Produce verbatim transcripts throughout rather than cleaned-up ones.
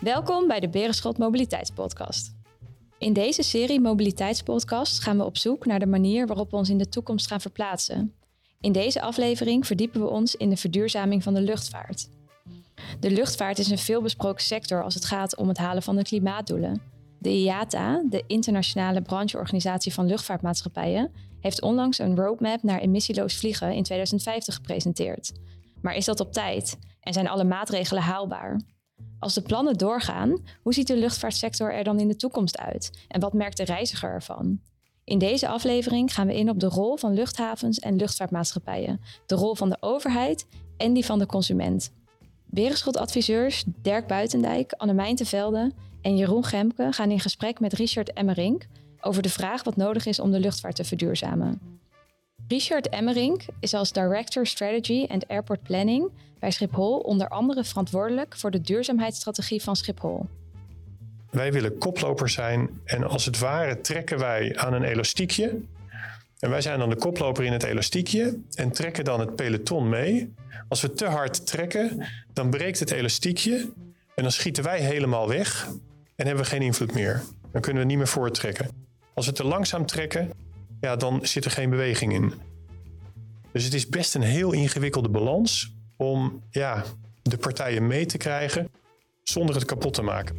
Welkom bij de Berenschot Mobiliteitspodcast. In deze serie Mobiliteitspodcast gaan we op zoek naar de manier waarop we ons in de toekomst gaan verplaatsen. In deze aflevering verdiepen we ons in de verduurzaming van de luchtvaart. De luchtvaart is een veelbesproken sector als het gaat om het halen van de klimaatdoelen. De I A T A, de Internationale Brancheorganisatie van Luchtvaartmaatschappijen, heeft onlangs een roadmap naar emissieloos vliegen in tweeduizend vijftig gepresenteerd. Maar is dat op tijd? En zijn alle maatregelen haalbaar? Als de plannen doorgaan, hoe ziet de luchtvaartsector er dan in de toekomst uit? En wat merkt de reiziger ervan? In deze aflevering gaan we in op de rol van luchthavens en luchtvaartmaatschappijen, de rol van de overheid en die van de consument. Berenschot-adviseurs Dirk Buitendijk, Annemijn te Velde en Jeroen Gemke gaan in gesprek met Richard Emmerink over de vraag wat nodig is om de luchtvaart te verduurzamen. Richard Emmerink is als Director Strategy and Airport Planning bij Schiphol onder andere verantwoordelijk voor de duurzaamheidsstrategie van Schiphol. Wij willen koploper zijn en als het ware trekken wij aan een elastiekje. En wij zijn dan de koploper in het elastiekje en trekken dan het peloton mee. Als we te hard trekken, dan breekt het elastiekje en dan schieten wij helemaal weg en hebben we geen invloed meer. Dan kunnen we niet meer voorttrekken. Als we te langzaam trekken, ja, dan zit er geen beweging in. Dus het is best een heel ingewikkelde balans om ja, de partijen mee te krijgen zonder het kapot te maken.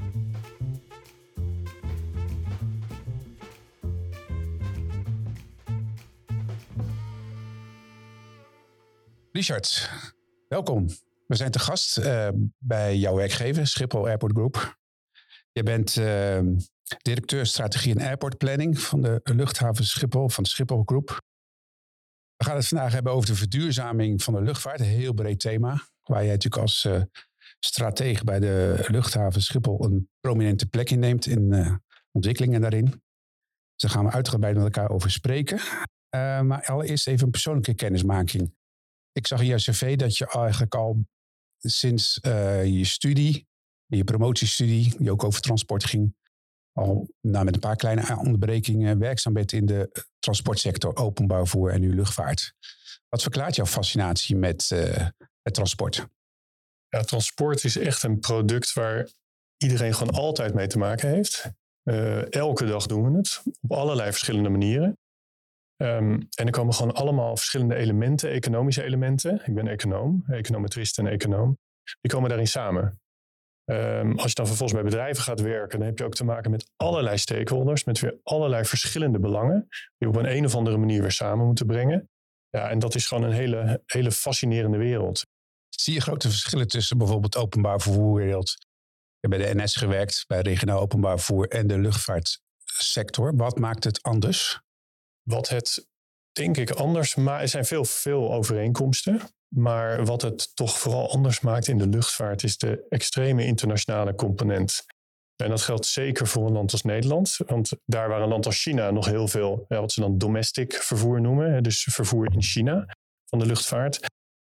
Richard, welkom. We zijn te gast uh, bij jouw werkgever, Schiphol Airport Group. Je bent uh, directeur strategie en airport planning van de luchthaven Schiphol, van de Schiphol Group. We gaan het vandaag hebben over de verduurzaming van de luchtvaart. Een heel breed thema, waar jij natuurlijk als uh, stratege bij de luchthaven Schiphol een prominente plek inneemt in uh, ontwikkelingen daarin. Dus daar gaan we uitgebreid met elkaar over spreken. Uh, maar allereerst even een persoonlijke kennismaking. Ik zag in jouw cv dat je eigenlijk al sinds uh, je studie, je promotiestudie, die ook over transport ging, al nou, met een paar kleine onderbrekingen werkzaam bent in de transportsector, openbaar vervoer en nu luchtvaart. Wat verklaart jouw fascinatie met uh, het transport? Ja, transport is echt een product waar iedereen gewoon altijd mee te maken heeft. Uh, elke dag doen we het, op allerlei verschillende manieren. Um, en er komen gewoon allemaal verschillende elementen, economische elementen. Ik ben econoom, econometrist en econoom. Die komen daarin samen. Um, als je dan vervolgens bij bedrijven gaat werken, dan heb je ook te maken met allerlei stakeholders, met weer allerlei verschillende belangen, die op een, een of andere manier weer samen moeten brengen. Ja, en dat is gewoon een hele, hele fascinerende wereld. Zie je grote verschillen tussen bijvoorbeeld openbaar vervoerwereld? Je hebt bij de N S gewerkt, bij regionaal openbaar vervoer en de luchtvaartsector. Wat maakt het anders? Wat het, denk ik, anders maakt, er zijn veel, veel overeenkomsten. Maar wat het toch vooral anders maakt in de luchtvaart is de extreme internationale component. En dat geldt zeker voor een land als Nederland. Want daar waar een land als China nog heel veel, ja, wat ze dan domestic vervoer noemen, dus vervoer in China van de luchtvaart,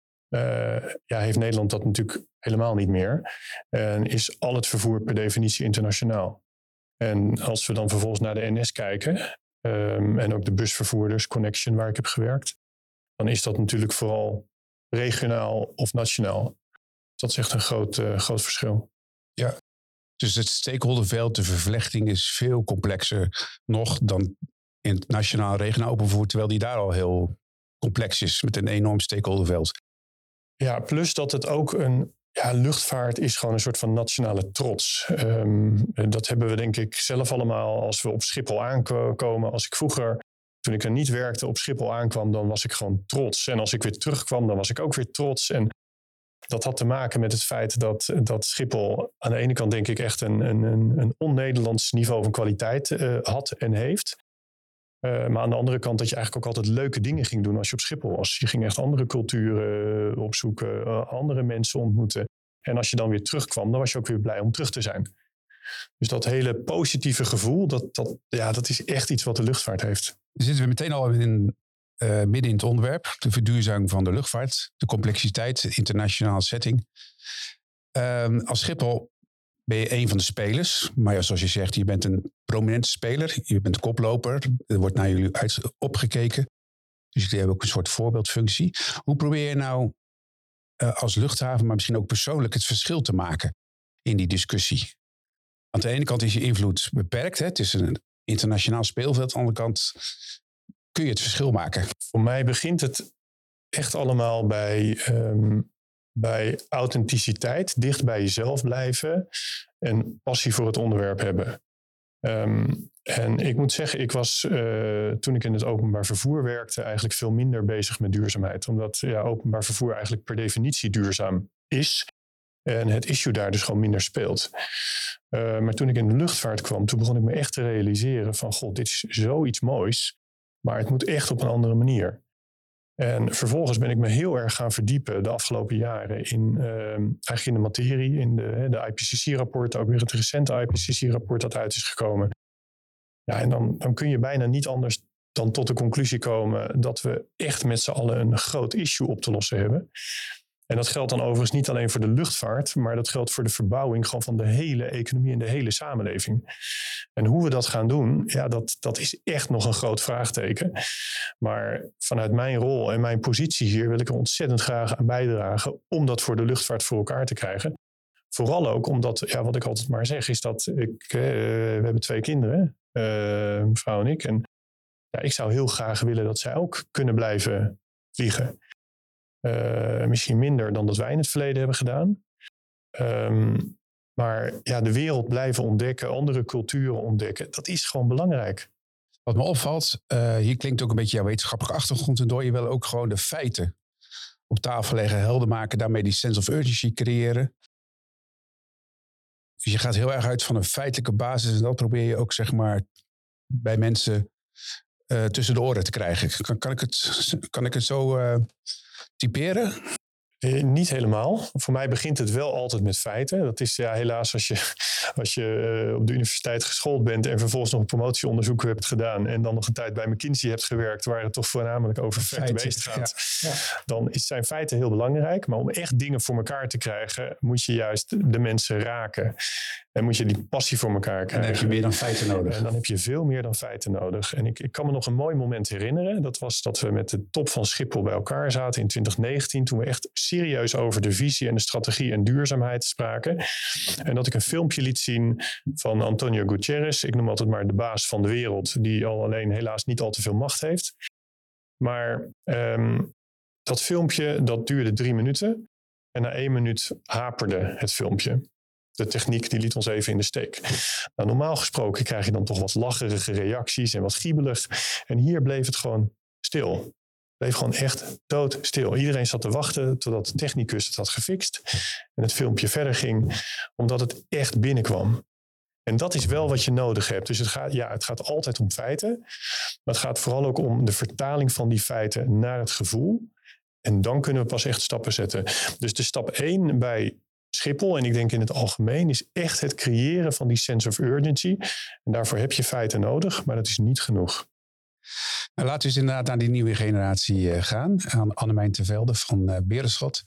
uh, ja, heeft Nederland dat natuurlijk helemaal niet meer. En is al het vervoer per definitie internationaal. En als we dan vervolgens naar de N S kijken, um, en ook de busvervoerders, Connection, waar ik heb gewerkt, dan is dat natuurlijk vooral regionaal of nationaal. Dat is echt een groot, uh, groot verschil. Ja, dus het stakeholderveld, de vervlechting is veel complexer nog dan in het nationaal regionaal open vervoer, terwijl die daar al heel complex is met een enorm stakeholderveld. Ja, plus dat het ook een, ja, luchtvaart is gewoon een soort van nationale trots. Um, dat hebben we denk ik zelf allemaal als we op Schiphol aankomen. Als ik vroeger, toen ik er niet werkte, op Schiphol aankwam, dan was ik gewoon trots. En als ik weer terugkwam, dan was ik ook weer trots. En dat had te maken met het feit dat, dat Schiphol aan de ene kant denk ik echt een, een, een on-Nederlands niveau van kwaliteit uh, had en heeft. Uh, maar aan de andere kant dat je eigenlijk ook altijd leuke dingen ging doen als je op Schiphol was. Je ging echt andere culturen opzoeken, uh, andere mensen ontmoeten. En als je dan weer terugkwam, dan was je ook weer blij om terug te zijn. Dus dat hele positieve gevoel, dat, dat, ja, dat is echt iets wat de luchtvaart heeft. Dan zitten we meteen al in, uh, midden in het onderwerp. De verduurzaming van de luchtvaart. De complexiteit, de internationale setting. Uh, als Schiphol ben je een van de spelers. Maar ja, zoals je zegt, je bent een prominente speler. Je bent koploper. Er wordt naar jullie uit opgekeken. Dus jullie hebben ook een soort voorbeeldfunctie. Hoe probeer je nou uh, als luchthaven, maar misschien ook persoonlijk, het verschil te maken in die discussie? Aan de ene kant is je invloed beperkt. Hè? Het is een internationaal speelveld. Aan de andere kant kun je het verschil maken. Voor mij begint het echt allemaal bij, um, bij authenticiteit. Dicht bij jezelf blijven. En passie voor het onderwerp hebben. Um, en ik moet zeggen, ik was uh, toen ik in het openbaar vervoer werkte eigenlijk veel minder bezig met duurzaamheid. Omdat ja, openbaar vervoer eigenlijk per definitie duurzaam is. En het issue daar dus gewoon minder speelt. Uh, maar toen ik in de luchtvaart kwam, toen begon ik me echt te realiseren van, god, dit is zoiets moois. Maar het moet echt op een andere manier. En vervolgens ben ik me heel erg gaan verdiepen de afgelopen jaren in, uh, eigenlijk in de materie, in de, de I P C C-rapport, ook weer het recente I P C C-rapport dat uit is gekomen. Ja, en dan, dan kun je bijna niet anders dan tot de conclusie komen dat we echt met z'n allen een groot issue op te lossen hebben. En dat geldt dan overigens niet alleen voor de luchtvaart, maar dat geldt voor de verbouwing gewoon van de hele economie en de hele samenleving. En hoe we dat gaan doen, ja, dat, dat is echt nog een groot vraagteken. Maar vanuit mijn rol en mijn positie hier wil ik er ontzettend graag aan bijdragen om dat voor de luchtvaart voor elkaar te krijgen. Vooral ook omdat, ja, wat ik altijd maar zeg, is dat ik, uh, we hebben twee kinderen, uh, mevrouw en ik. En ja, ik zou heel graag willen dat zij ook kunnen blijven vliegen. Uh, misschien minder dan dat wij in het verleden hebben gedaan. Um, maar ja, de wereld blijven ontdekken, andere culturen ontdekken, dat is gewoon belangrijk. Wat me opvalt, uh, hier klinkt ook een beetje jouw wetenschappelijke achtergrond en door. Je wil ook gewoon de feiten op tafel leggen, helder maken, daarmee die sense of urgency creëren. Dus je gaat heel erg uit van een feitelijke basis en dat probeer je ook zeg maar bij mensen uh, tussen de oren te krijgen. Kan, kan, ik, het, kan ik het zo uh, typeren? Eh, niet helemaal. Voor mij begint het wel altijd met feiten. Dat is ja, helaas als je, als je uh, op de universiteit geschoold bent en vervolgens nog een promotieonderzoek hebt gedaan en dan nog een tijd bij McKinsey hebt gewerkt waar het toch voornamelijk over fact-based gaat. Ja. Ja. Dan is, zijn feiten heel belangrijk. Maar om echt dingen voor elkaar te krijgen moet je juist de mensen raken. En moet je die passie voor elkaar krijgen. En dan heb je meer dan feiten nodig. En dan heb je veel meer dan feiten nodig. En ik, ik kan me nog een mooi moment herinneren. Dat was dat we met de top van Schiphol bij elkaar zaten in twintig negentien. Toen we echt serieus over de visie en de strategie en duurzaamheid spraken. En dat ik een filmpje liet zien van Antonio Gutierrez. Ik noem altijd maar de baas van de wereld. Die al alleen helaas niet al te veel macht heeft. Maar um, dat filmpje dat duurde drie minuten. En na één minuut haperde het filmpje. De techniek die liet ons even in de steek. Nou, normaal gesproken krijg je dan toch wat lacherige reacties en wat giebelig. En hier bleef het gewoon stil. Het bleef gewoon echt doodstil. Iedereen zat te wachten totdat de technicus het had gefixt. En het filmpje verder ging, omdat het echt binnenkwam. En dat is wel wat je nodig hebt. Dus het gaat, ja, het gaat altijd om feiten. Maar het gaat vooral ook om de vertaling van die feiten naar het gevoel. En dan kunnen we pas echt stappen zetten. Dus de stap één bij Schiphol, en ik denk in het algemeen, is echt het creëren van die sense of urgency. En daarvoor heb je feiten nodig, maar dat is niet genoeg. Nou, laten we eens inderdaad naar die nieuwe generatie uh, gaan. Aan Annemijn ter Velde van uh, Berenschot.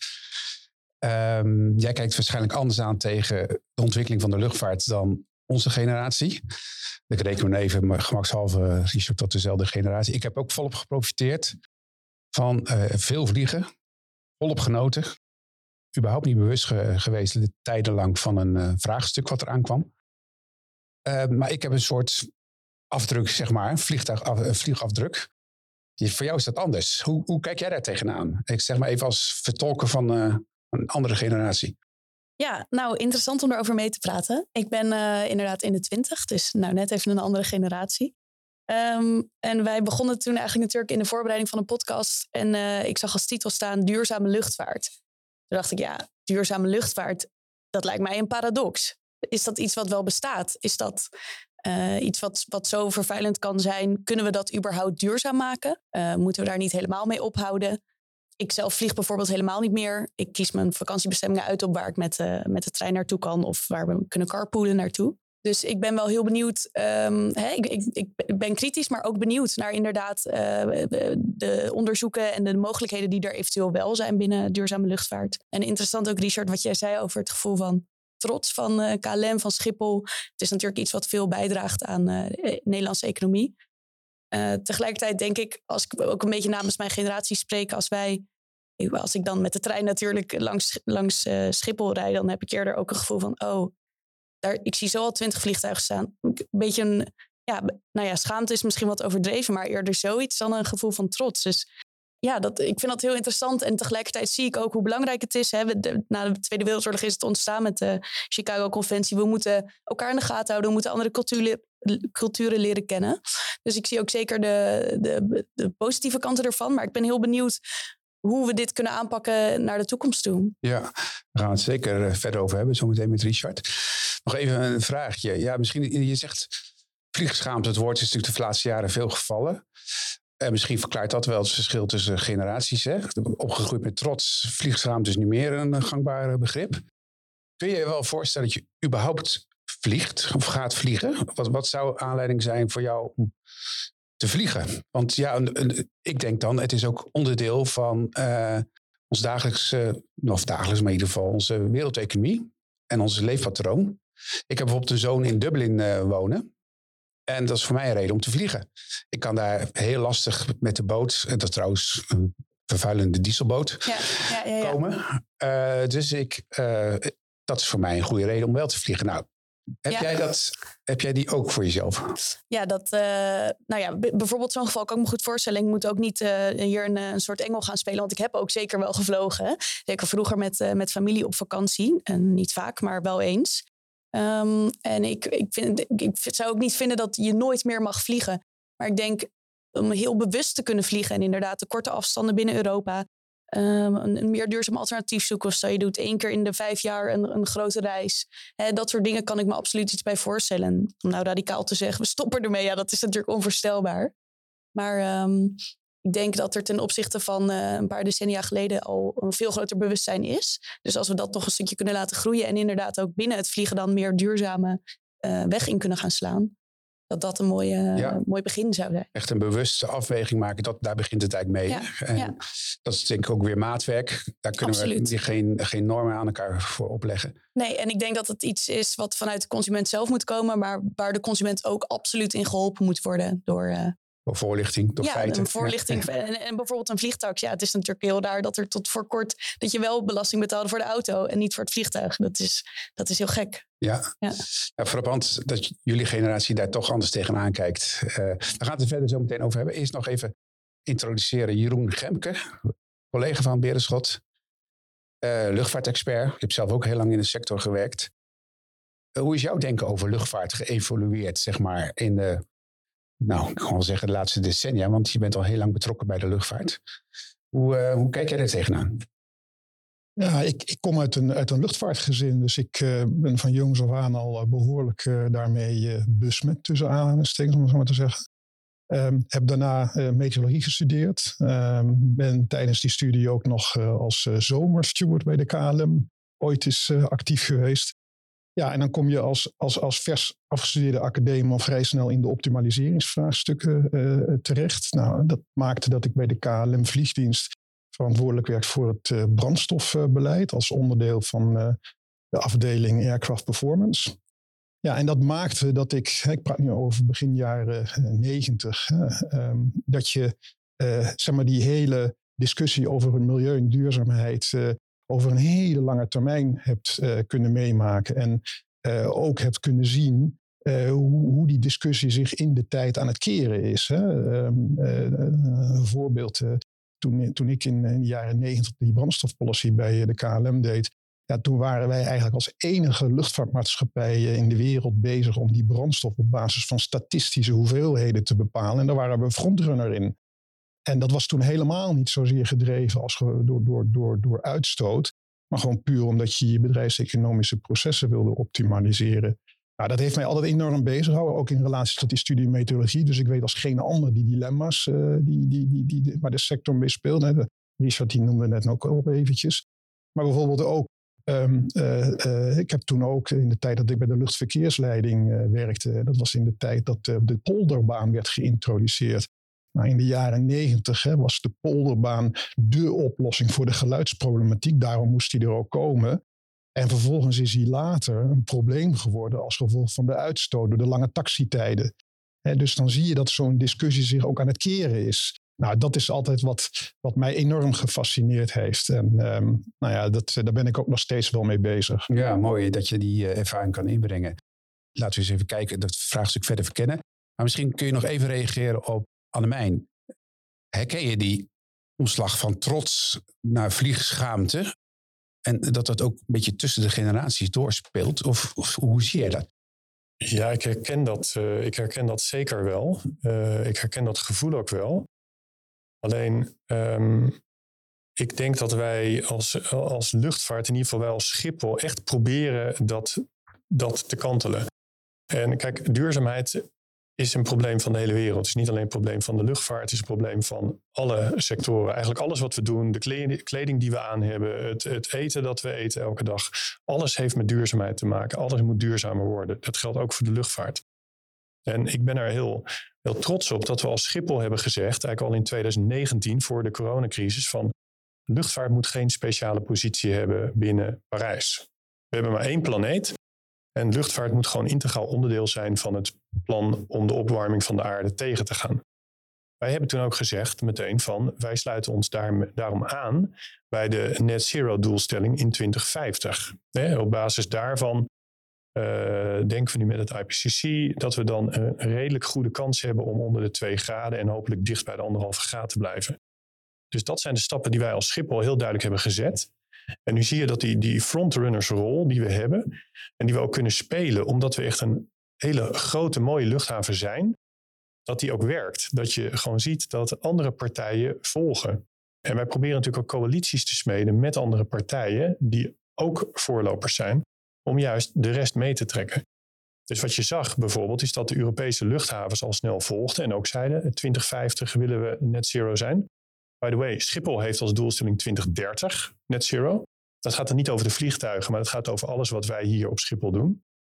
Um, jij kijkt waarschijnlijk anders aan tegen de ontwikkeling van de luchtvaart dan onze generatie. Ik reken me even gemakshalve Richard tot dezelfde generatie. Ik heb ook volop geprofiteerd van uh, veel vliegen, volop genoten. Überhaupt niet bewust ge- geweest tijdenlang van een uh, vraagstuk wat er aankwam. Uh, maar ik heb een soort afdruk, zeg maar, een vliegtuig, uh, vliegafdruk. Die, voor jou is dat anders. Hoe, hoe kijk jij daar tegenaan? Ik zeg maar even als vertolker van uh, een andere generatie. Ja, nou interessant om erover mee te praten. Ik ben uh, inderdaad in de twintig, dus nou net even een andere generatie. Um, en wij begonnen toen eigenlijk natuurlijk in de voorbereiding van een podcast. En uh, ik zag als titel staan duurzame luchtvaart. Toen dacht ik, ja, duurzame luchtvaart, dat lijkt mij een paradox. Is dat iets wat wel bestaat? Is dat uh, iets wat, wat zo vervuilend kan zijn? Kunnen we dat überhaupt duurzaam maken? Uh, moeten we daar niet helemaal mee ophouden? Ik zelf vlieg bijvoorbeeld helemaal niet meer. Ik kies mijn vakantiebestemmingen uit op waar ik met, uh, met de trein naartoe kan of waar we kunnen carpoolen naartoe. Dus ik ben wel heel benieuwd. Um, hè, ik, ik, ik ben kritisch, maar ook benieuwd naar inderdaad uh, de onderzoeken en de mogelijkheden die er eventueel wel zijn binnen duurzame luchtvaart. En interessant ook, Richard, wat jij zei over het gevoel van trots van uh, K L M, van Schiphol. Het is natuurlijk iets wat veel bijdraagt aan uh, de Nederlandse economie. Uh, tegelijkertijd denk ik, als ik ook een beetje namens mijn generatie spreek, als wij, als ik dan met de trein natuurlijk langs, langs uh, Schiphol rijd, dan heb ik eerder ook een gevoel van, oh, daar, ik zie zo al twintig vliegtuigen staan. Een beetje een, ja, nou ja, schaamte is misschien wat overdreven, maar eerder zoiets dan een gevoel van trots. Dus ja, dat, ik vind dat heel interessant. En tegelijkertijd zie ik ook hoe belangrijk het is. Hè. De, na de Tweede Wereldoorlog is het ontstaan met de Chicago-conventie. We moeten elkaar in de gaten houden. We moeten andere culturen, culturen leren kennen. Dus ik zie ook zeker de, de, de positieve kanten ervan. Maar ik ben heel benieuwd hoe we dit kunnen aanpakken naar de toekomst toe. Ja, we gaan het zeker verder over hebben, zometeen met Richard. Nog even een vraagje. Ja, misschien, je zegt vliegschaamte, het woord is natuurlijk de laatste jaren veel gevallen. En misschien verklaart dat wel het verschil tussen generaties. Hè? Opgegroeid met trots, vliegschaamte is niet meer een gangbare begrip. Kun je je wel voorstellen dat je überhaupt vliegt of gaat vliegen? Wat, wat zou aanleiding zijn voor jou om te vliegen? Want ja, een, een, ik denk dan, het is ook onderdeel van uh, ons dagelijkse, of dagelijks, maar in ieder geval onze wereldeconomie en ons leefpatroon. Ik heb bijvoorbeeld een zoon in Dublin uh, wonen. En dat is voor mij een reden om te vliegen. Ik kan daar heel lastig met de boot, en dat is trouwens een vervuilende dieselboot, ja, ja, ja, ja. komen. Uh, dus ik, uh, dat is voor mij een goede reden om wel te vliegen. Nou, heb, ja. jij, dat, heb jij die ook voor jezelf? Ja, dat, uh, nou ja, b- bijvoorbeeld zo'n geval kan ik me goed voorstellen. Ik moet ook niet uh, hier een, een soort engel gaan spelen, want ik heb ook zeker wel gevlogen. Hè? Zeker vroeger met, uh, met familie op vakantie. En niet vaak, maar wel eens. Um, en ik, ik, vind, ik zou ook niet vinden dat je nooit meer mag vliegen. Maar ik denk om heel bewust te kunnen vliegen en inderdaad de korte afstanden binnen Europa. Um, een, een meer duurzaam alternatief zoeken. Of stel je doet één keer in de vijf jaar een, een grote reis. He, dat soort dingen kan ik me absoluut iets bij voorstellen. Om nou radicaal te zeggen, we stoppen ermee. Ja, dat is natuurlijk onvoorstelbaar. Maar um, ik denk dat er ten opzichte van uh, een paar decennia geleden al een veel groter bewustzijn is. Dus als we dat nog een stukje kunnen laten groeien en inderdaad ook binnen het vliegen dan meer duurzame uh, weg in kunnen gaan slaan. Dat dat een mooie, ja. uh, mooi begin zou zijn. Echt een bewuste afweging maken, dat, daar begint het eigenlijk mee. Ja, en ja. Dat is denk ik ook weer maatwerk. Daar kunnen Absoluut. we geen, geen normen aan elkaar voor opleggen. Nee, en ik denk dat het iets is wat vanuit de consument zelf moet komen, maar waar de consument ook absoluut in geholpen moet worden door... Uh, Door voorlichting, door ja, feiten. Een voorlichting. Ja. En, en bijvoorbeeld een vliegtuig. Ja, het is natuurlijk heel raar dat er tot voor kort... dat je wel belasting betaalde voor de auto en niet voor het vliegtuig. Dat is, dat is heel gek. Ja, ja. ja frappant dat jullie generatie daar toch anders tegenaan kijkt. Uh, we gaan het er verder zo meteen over hebben. Eerst nog even introduceren Jeroen Gemke, collega van Berenschot. Uh, luchtvaartexpert. Je hebt zelf ook heel lang in de sector gewerkt. Uh, hoe is jouw denken over luchtvaart geëvolueerd, zeg maar, in de... Nou, ik kan wel zeggen de laatste decennia, want je bent al heel lang betrokken bij de luchtvaart. Hoe, uh, hoe kijk jij er tegenaan? Ja, ik, ik kom uit een, uit een luchtvaartgezin, dus ik uh, ben van jongs af aan al uh, behoorlijk uh, daarmee uh, besmet, tussen aanhalingstekens, om het zo maar te zeggen. Um, heb daarna uh, meteorologie gestudeerd. Um, ben tijdens die studie ook nog uh, als uh, zomersteward bij de K L M ooit eens uh, actief geweest. Ja, en dan kom je als, als, als vers afgestudeerde academie al vrij snel in de optimaliseringsvraagstukken uh, terecht. Nou, dat maakte dat ik bij de K L M Vliegdienst verantwoordelijk werd voor het uh, brandstofbeleid als onderdeel van uh, de afdeling Aircraft Performance. Ja, en dat maakte dat ik, ik praat nu over begin jaren negentig, uh, um, dat je uh, zeg maar die hele discussie over het milieu en duurzaamheid uh, over een hele lange termijn hebt uh, kunnen meemaken. En uh, ook hebt kunnen zien uh, hoe, hoe die discussie zich in de tijd aan het keren is. Hè. Um, uh, een voorbeeld, uh, toen, toen ik in, in de jaren negentig die brandstofpolicy bij de K L M deed. Ja, toen waren wij eigenlijk als enige luchtvaartmaatschappij in de wereld bezig om die brandstof op basis van statistische hoeveelheden te bepalen. En daar waren we frontrunner in. En dat was toen helemaal niet zozeer gedreven als ge, door, door, door, door uitstoot. Maar gewoon puur omdat je je bedrijfseconomische processen wilde optimaliseren. Nou, dat heeft mij altijd enorm bezig gehouden. Ook in relatie tot die studie meteorologie. Dus ik weet als geen ander die dilemma's uh, die, die, die, die, die, waar de sector mee speelt. Hè. De, Richard die noemde net ook al eventjes. Maar bijvoorbeeld ook. Um, uh, uh, ik heb toen ook in de tijd dat ik bij de luchtverkeersleiding uh, werkte. Dat was in de tijd dat uh, de polderbaan werd geïntroduceerd. Nou, in de jaren negentig hè, was de polderbaan dé oplossing voor de geluidsproblematiek. Daarom moest die er ook komen. En vervolgens is hij later een probleem geworden als gevolg van de uitstoot door de lange taxitijden. Hè, dus dan zie je dat zo'n discussie zich ook aan het keren is. nou, dat is altijd wat, wat mij enorm gefascineerd heeft. En um, nou ja, dat, daar ben ik ook nog steeds wel mee bezig. Ja, mooi dat je die uh, ervaring kan inbrengen. Laten we eens even kijken, dat vraagstuk verder verkennen. Maar misschien kun je nog even reageren op Annemijn. Herken je die omslag van trots naar vliegschaamte? En dat dat ook een beetje tussen de generaties doorspeelt? Of, of hoe zie je dat? Ja, ik herken dat, uh, ik herken dat zeker wel. Uh, ik herken dat gevoel ook wel. Alleen, um, ik denk dat wij als, als luchtvaart, in ieder geval wij als Schiphol, echt proberen dat, dat te kantelen. En kijk, duurzaamheid is een probleem van de hele wereld. Het is niet alleen een probleem van de luchtvaart, het is een probleem van alle sectoren. Eigenlijk alles wat we doen, de kleding die we aan hebben, het, het eten dat we eten elke dag. Alles heeft met duurzaamheid te maken. Alles moet duurzamer worden. Dat geldt ook voor de luchtvaart. En ik ben er heel, heel trots op dat we als Schiphol hebben gezegd, eigenlijk al in twintig negentien voor de coronacrisis, van luchtvaart moet geen speciale positie hebben binnen Parijs. We hebben maar één planeet. En luchtvaart moet gewoon integraal onderdeel zijn van het plan om de opwarming van de aarde tegen te gaan. Wij hebben toen ook gezegd meteen van wij sluiten ons daar, daarom aan bij de net zero doelstelling in twintig vijftig. Nee, op basis daarvan uh, denken we nu met het I P C C dat we dan een redelijk goede kans hebben om onder de twee graden en hopelijk dicht bij de anderhalve graad te blijven. Dus dat zijn de stappen die wij als Schiphol heel duidelijk hebben gezet. En nu zie je dat die, die frontrunnersrol die we hebben en die we ook kunnen spelen, omdat we echt een hele grote mooie luchthaven zijn, dat die ook werkt. Dat je gewoon ziet dat andere partijen volgen. En wij proberen natuurlijk ook coalities te smeden met andere partijen die ook voorlopers zijn, om juist de rest mee te trekken. Dus wat je zag bijvoorbeeld is dat de Europese luchthavens al snel volgden en ook zeiden twintig vijftig willen we net zero zijn. By the way, Schiphol heeft als doelstelling twintig dertig net zero. Dat gaat dan niet over de vliegtuigen, maar het gaat over alles wat wij hier op Schiphol doen.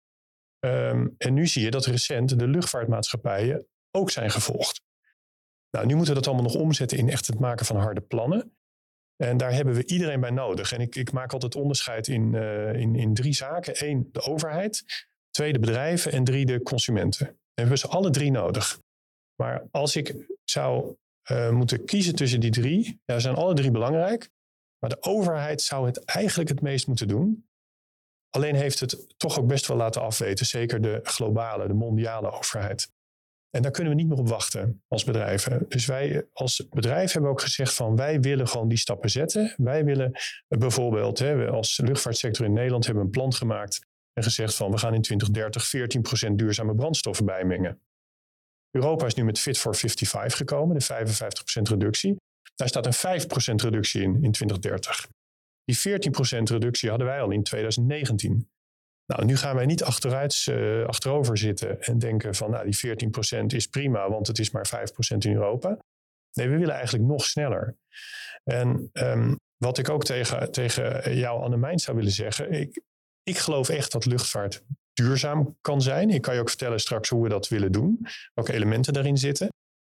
Um, en nu zie je dat recent de luchtvaartmaatschappijen ook zijn gevolgd. Nou, nu moeten we dat allemaal nog omzetten in echt het maken van harde plannen. En daar hebben we iedereen bij nodig. En ik, ik maak altijd onderscheid in, uh, in, in drie zaken. Eén, de overheid. Twee, de bedrijven. En drie, de consumenten. En we hebben ze alle drie nodig. Maar als ik zou uh, moeten kiezen tussen die drie, ja, zijn alle drie belangrijk. Maar de overheid zou het eigenlijk het meest moeten doen. Alleen heeft het toch ook best wel laten afweten. Zeker de globale, de mondiale overheid. En daar kunnen we niet meer op wachten als bedrijven. Dus wij als bedrijf hebben ook gezegd van wij willen gewoon die stappen zetten. Wij willen bijvoorbeeld, hè, als luchtvaartsector in Nederland hebben we een plan gemaakt en gezegd van we gaan in twintig dertig veertien procent duurzame brandstoffen bijmengen. Europa is nu met Fit for vijfenvijftig gekomen, de vijfenvijftig procent reductie. Daar staat een vijf procent reductie in in twintig dertig. Die veertien procent reductie hadden wij al in twintig negentien. Nou, nu gaan wij niet achteruit, uh, achterover zitten en denken van nou, die veertien procent is prima, want het is maar vijf procent in Europa. Nee, we willen eigenlijk nog sneller. En um, wat ik ook tegen, tegen jou, Annemijn, zou willen zeggen, ik, ik geloof echt dat luchtvaart duurzaam kan zijn. Ik kan je ook vertellen straks hoe we dat willen doen, welke elementen daarin zitten.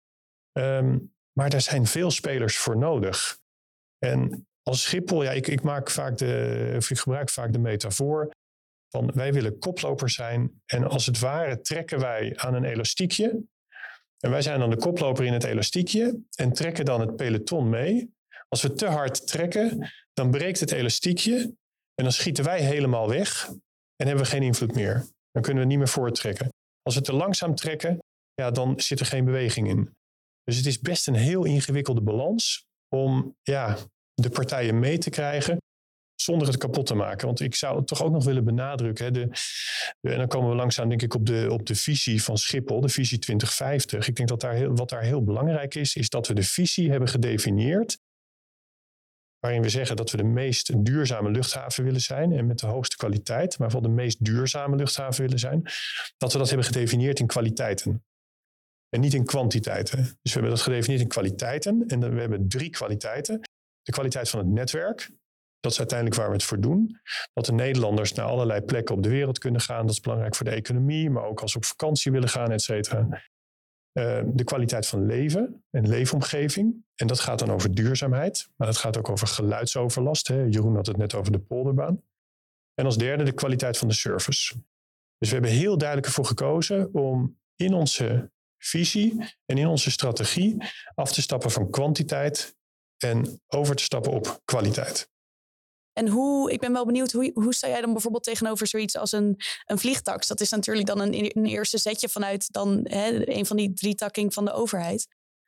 Um, maar daar zijn veel spelers voor nodig. En als Schiphol, ja, ik, ik, maak vaak de, of ik gebruik vaak de metafoor van wij willen koploper zijn en als het ware trekken wij aan een elastiekje. En wij zijn dan de koploper in het elastiekje en trekken dan het peloton mee. Als we te hard trekken, dan breekt het elastiekje en dan schieten wij helemaal weg en hebben we geen invloed meer. Dan kunnen we niet meer voorttrekken. Als we te langzaam trekken, ja, dan zit er geen beweging in. Dus het is best een heel ingewikkelde balans om ja, de partijen mee te krijgen zonder het kapot te maken. Want ik zou het toch ook nog willen benadrukken. Hè, de, de, en dan komen we langzaam denk ik op de, op de visie van Schiphol, de visie twintig vijftig. Ik denk dat daar heel, wat daar heel belangrijk is, is dat we de visie hebben gedefinieerd waarin we zeggen dat we de meest duurzame luchthaven willen zijn en met de hoogste kwaliteit, maar vooral de meest duurzame luchthaven willen zijn. Dat we dat hebben gedefinieerd in kwaliteiten. En niet in kwantiteiten. Dus we hebben dat gedefinieerd in kwaliteiten. En we hebben drie kwaliteiten. De kwaliteit van het netwerk. Dat is uiteindelijk waar we het voor doen. Dat de Nederlanders naar allerlei plekken op de wereld kunnen gaan. Dat is belangrijk voor de economie. Maar ook als we op vakantie willen gaan, et cetera. Uh, de kwaliteit van leven en leefomgeving. En dat gaat dan over duurzaamheid. Maar dat gaat ook over geluidsoverlast. Hè. Jeroen had het net over de polderbaan. En als derde de kwaliteit van de service. Dus we hebben heel duidelijk ervoor gekozen om in onze visie en in onze strategie af te stappen van kwantiteit en over te stappen op kwaliteit. En hoe, ik ben wel benieuwd, hoe, hoe sta jij dan bijvoorbeeld tegenover zoiets als een, een vliegtax? Dat is natuurlijk dan een, een eerste zetje vanuit dan, hè, een van die drie takking van de overheid.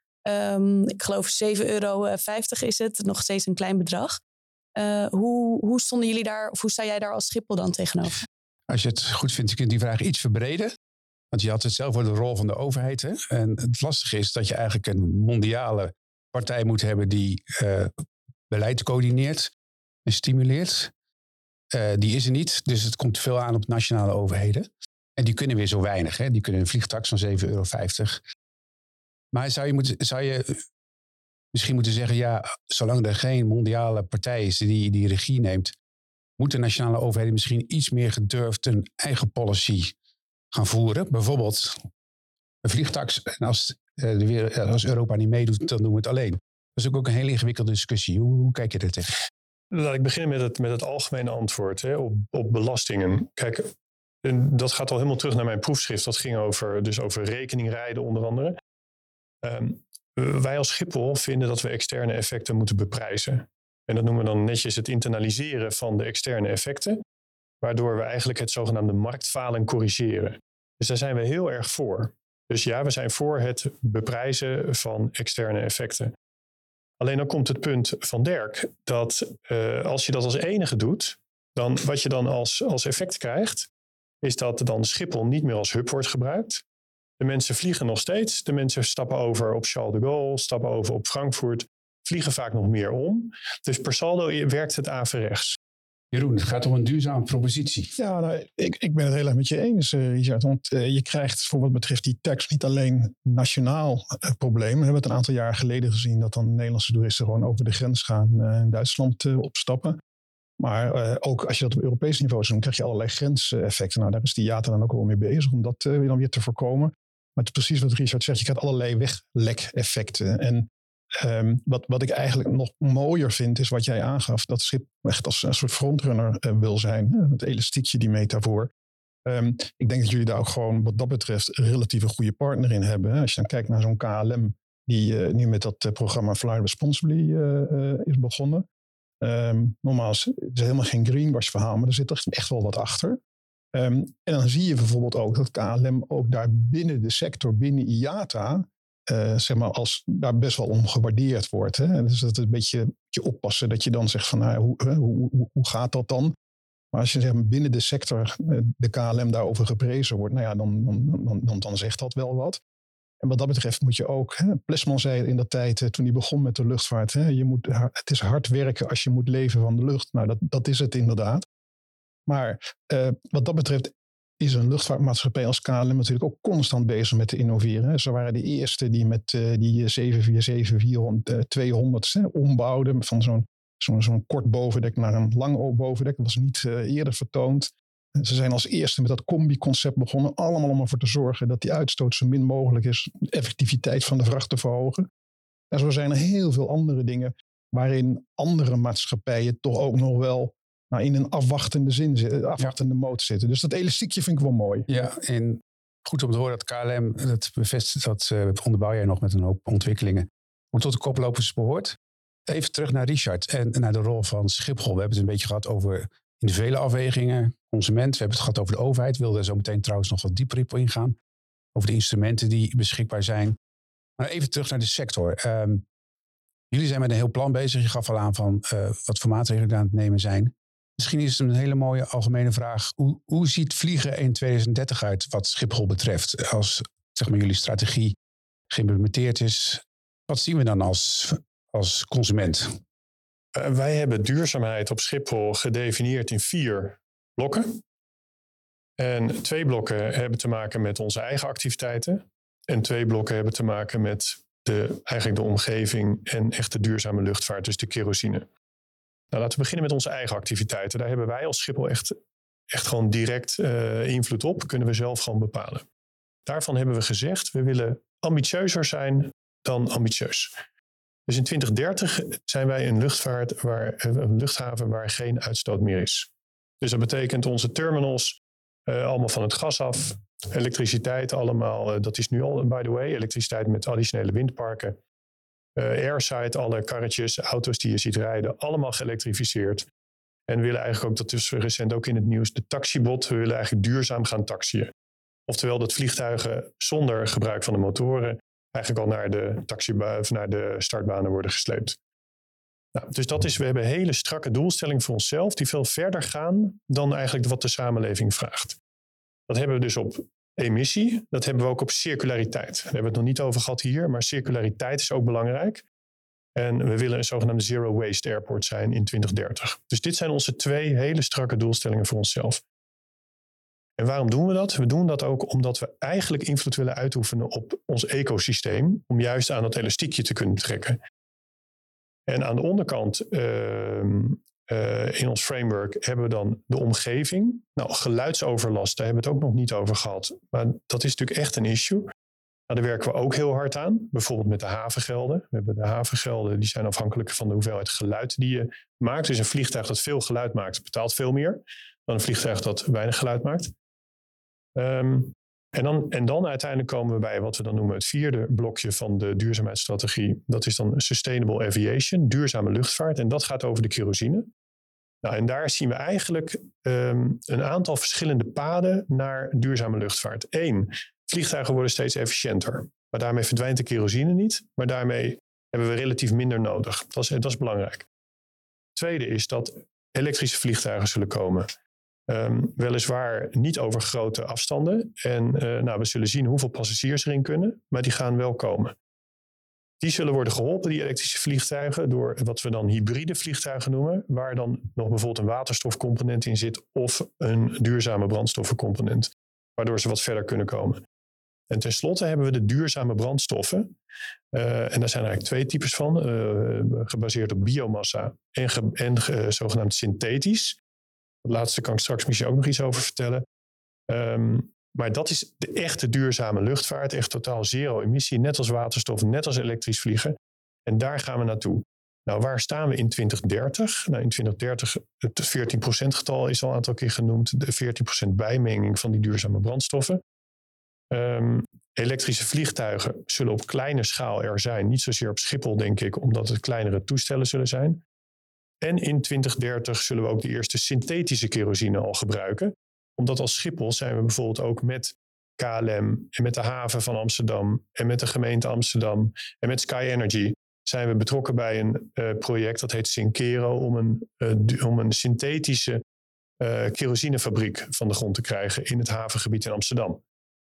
Um, ik geloof zeven euro vijftig is het, nog steeds een klein bedrag. Uh, hoe, hoe stonden jullie daar, of hoe sta jij daar als Schiphol dan tegenover? Als je het goed vindt, kun je die vraag iets verbreden. Want je had het zelf over de rol van de overheid. Hè? En het lastige is dat je eigenlijk een mondiale partij moet hebben die uh, beleid coördineert en stimuleert. Uh, die is er niet, dus het komt te veel aan op nationale overheden. En die kunnen weer zo weinig. Hè? Die kunnen een vliegtax van zeven euro vijftig. Maar zou je, moeten, zou je misschien moeten zeggen, ja, zolang er geen mondiale partij is die die regie neemt, moeten nationale overheden misschien iets meer gedurfd een eigen policy gaan voeren. Bijvoorbeeld een vliegtax. En als, uh, de wereld, als Europa niet meedoet, dan doen we het alleen. Dat is ook een hele ingewikkelde discussie. Hoe, hoe kijk je er tegen? Laat ik beginnen met het, met het algemene antwoord hè, op, op belastingen. Kijk, en dat gaat al helemaal terug naar mijn proefschrift. Dat ging over, dus over rekeningrijden onder andere. Um, wij als Schiphol vinden dat we externe effecten moeten beprijzen. En dat noemen we dan netjes het internaliseren van de externe effecten. Waardoor we eigenlijk het zogenaamde marktfalen corrigeren. Dus daar zijn we heel erg voor. Dus ja, we zijn voor het beprijzen van externe effecten. Alleen dan komt het punt van Dirk, dat uh, als je dat als enige doet, dan wat je dan als, als effect krijgt, is dat dan Schiphol niet meer als hub wordt gebruikt. De mensen vliegen nog steeds. De mensen stappen over op Charles de Gaulle, stappen over op Frankfurt, vliegen vaak nog meer om. Dus per saldo werkt het averechts. Jeroen, het gaat om een duurzame propositie. Ja, nou, ik, ik ben het heel erg met je eens, uh, Richard. Want uh, je krijgt voor wat betreft die tax niet alleen nationaal uh, probleem. We hebben het een aantal jaar geleden gezien dat dan Nederlandse toeristen gewoon over de grens gaan uh, in Duitsland uh, opstappen. Maar uh, ook als je dat op Europees niveau doet, dan krijg je allerlei grenseffecten. Nou, daar is de I A T A dan ook wel mee bezig om dat uh, dan weer te voorkomen. Maar het is precies wat Richard zegt, je krijgt allerlei weglek-effecten. En Um, wat, wat ik eigenlijk nog mooier vind, is wat jij aangaf, dat Schip echt als een soort frontrunner uh, wil zijn. Hè? Het elastiekje, die metafoor. Um, ik denk dat jullie daar ook gewoon wat dat betreft een relatief een goede partner in hebben. Hè? Als je dan kijkt naar zo'n K L M, die uh, nu met dat uh, programma Fly Responsibly uh, uh, is begonnen. Um, nogmaals, het is helemaal geen greenwash verhaal, maar er zit er echt wel wat achter. Um, en dan zie je bijvoorbeeld ook dat K L M ook daar binnen de sector, binnen I A T A, Uh, zeg maar, als daar best wel om gewaardeerd wordt. Hè? Dus dat is een beetje, beetje oppassen dat je dan zegt van, nou, hoe, hoe, hoe, hoe gaat dat dan? Maar als je zeg maar, binnen de sector uh, de K L M daarover geprezen wordt, nou ja, dan, dan, dan, dan, dan zegt dat wel wat. En wat dat betreft moet je ook, hè, Plesman zei in dat tijd, uh, toen hij begon met de luchtvaart, hè, je moet, het is hard werken als je moet leven van de lucht. Nou, dat, dat is het inderdaad. Maar uh, wat dat betreft is een luchtvaartmaatschappij als K L M natuurlijk ook constant bezig met te innoveren. Hè. Ze waren de eerste die met uh, die zeven vier zeven vierhonderd, tweehonderd hè, ombouwden van zo'n, zo'n, zo'n kort bovendek naar een lang bovendek. Dat was niet uh, eerder vertoond. Ze zijn als eerste met dat combi-concept begonnen. Allemaal om ervoor te zorgen dat die uitstoot zo min mogelijk is. De effectiviteit van de vracht te verhogen. En zo zijn er heel veel andere dingen waarin andere maatschappijen toch ook nog wel nou, in een afwachtende zin zitten, afwachtende ja. mode zitten. Dus dat elastiekje vind ik wel mooi. Ja, en goed om te horen dat K L M, dat bevestigt, dat uh, onderbouw jij nog met een hoop ontwikkelingen, hoe tot de koplopers behoort. Even terug naar Richard en naar de rol van Schiphol. We hebben het een beetje gehad over individuele afwegingen, consument. We hebben het gehad over de overheid. We wilden er zo meteen trouwens nog wat dieper op ingaan. Over de instrumenten die beschikbaar zijn. Maar even terug naar de sector. Um, jullie zijn met een heel plan bezig. Je gaf al aan van uh, wat voor maatregelen aan het nemen zijn. Misschien is het een hele mooie algemene vraag. Hoe, hoe ziet vliegen in tweeduizend dertig uit wat Schiphol betreft? Als zeg maar, jullie strategie geïmplementeerd is, wat zien we dan als, als consument? Uh, wij hebben duurzaamheid op Schiphol gedefinieerd in vier blokken. En twee blokken hebben te maken met onze eigen activiteiten. En twee blokken hebben te maken met de, eigenlijk de omgeving en echte duurzame luchtvaart, dus de kerosine. Nou, laten we beginnen met onze eigen activiteiten. Daar hebben wij als Schiphol echt, echt gewoon direct uh, invloed op. Kunnen we zelf gewoon bepalen. Daarvan hebben we gezegd, we willen ambitieuzer zijn dan ambitieus. Dus in twintig dertig zijn wij een, luchtvaart waar, een luchthaven waar geen uitstoot meer is. Dus dat betekent onze terminals uh, allemaal van het gas af. Elektriciteit allemaal, uh, dat is nu al, by the way, elektriciteit met additionele windparken. Uh, airside, alle karretjes, auto's die je ziet rijden, allemaal geëlektrificeerd. En we willen eigenlijk ook, dat is recent ook in het nieuws, de taxibot. We willen eigenlijk duurzaam gaan taxiën. Oftewel dat vliegtuigen zonder gebruik van de motoren eigenlijk al naar de, taxiba- of naar de startbanen worden gesleept. Nou, dus dat is, we hebben hele strakke doelstellingen voor onszelf die veel verder gaan dan eigenlijk wat de samenleving vraagt. Dat hebben we dus op emissie, dat hebben we ook op circulariteit. Daar hebben we het nog niet over gehad hier, maar circulariteit is ook belangrijk. En we willen een zogenaamde zero waste airport zijn in twintig dertig. Dus dit zijn onze twee hele strakke doelstellingen voor onszelf. En waarom doen we dat? We doen dat ook omdat we eigenlijk invloed willen uitoefenen op ons ecosysteem, om juist aan dat elastiekje te kunnen trekken. En aan de onderkant uh, uh, in ons framework hebben we dan de omgeving. Nou, geluidsoverlast, daar hebben we het ook nog niet over gehad. Maar dat is natuurlijk echt een issue. Nou, daar werken we ook heel hard aan. Bijvoorbeeld met de havengelden. We hebben de havengelden, die zijn afhankelijk van de hoeveelheid geluid die je maakt. Dus een vliegtuig dat veel geluid maakt, betaalt veel meer dan een vliegtuig dat weinig geluid maakt. Um, en, dan, en dan uiteindelijk komen we bij wat we dan noemen het vierde blokje van de duurzaamheidsstrategie. Dat is dan Sustainable Aviation, duurzame luchtvaart. En dat gaat over de kerosine. Nou, en daar zien we eigenlijk um, een aantal verschillende paden naar duurzame luchtvaart. Eén, vliegtuigen worden steeds efficiënter. Maar daarmee verdwijnt de kerosine niet. Maar daarmee hebben we relatief minder nodig. Dat is, dat is belangrijk. Tweede is dat elektrische vliegtuigen zullen komen. Um, weliswaar niet over grote afstanden. En uh, nou, we zullen zien hoeveel passagiers erin kunnen. Maar die gaan wel komen. Die zullen worden geholpen, die elektrische vliegtuigen, door wat we dan hybride vliegtuigen noemen. Waar dan nog bijvoorbeeld een waterstofcomponent in zit. Of een duurzame brandstoffencomponent. Waardoor ze wat verder kunnen komen. En tenslotte hebben we de duurzame brandstoffen. Uh, en daar zijn eigenlijk twee types van. Uh, gebaseerd op biomassa en, ge- en uh, zogenaamd synthetisch. Dat laatste kan ik straks misschien ook nog iets over vertellen. Um, maar dat is de echte duurzame luchtvaart. Echt totaal zero emissie. Net als waterstof, net als elektrisch vliegen. En daar gaan we naartoe. Nou, waar staan we in twintig dertig? Nou, in twintig dertig, het veertien procent getal is al een aantal keer genoemd. De veertien procent bijmenging van die duurzame brandstoffen. Um, elektrische vliegtuigen zullen op kleine schaal er zijn. Niet zozeer op Schiphol, denk ik, omdat het kleinere toestellen zullen zijn. En in twintig dertig zullen we ook de eerste synthetische kerosine al gebruiken. Omdat als Schiphol zijn we bijvoorbeeld ook met K L M en met de haven van Amsterdam en met de gemeente Amsterdam en met Sky Energy zijn we betrokken bij een uh, project dat heet Synkero om een, uh, om een synthetische uh, kerosinefabriek van de grond te krijgen in het havengebied in Amsterdam.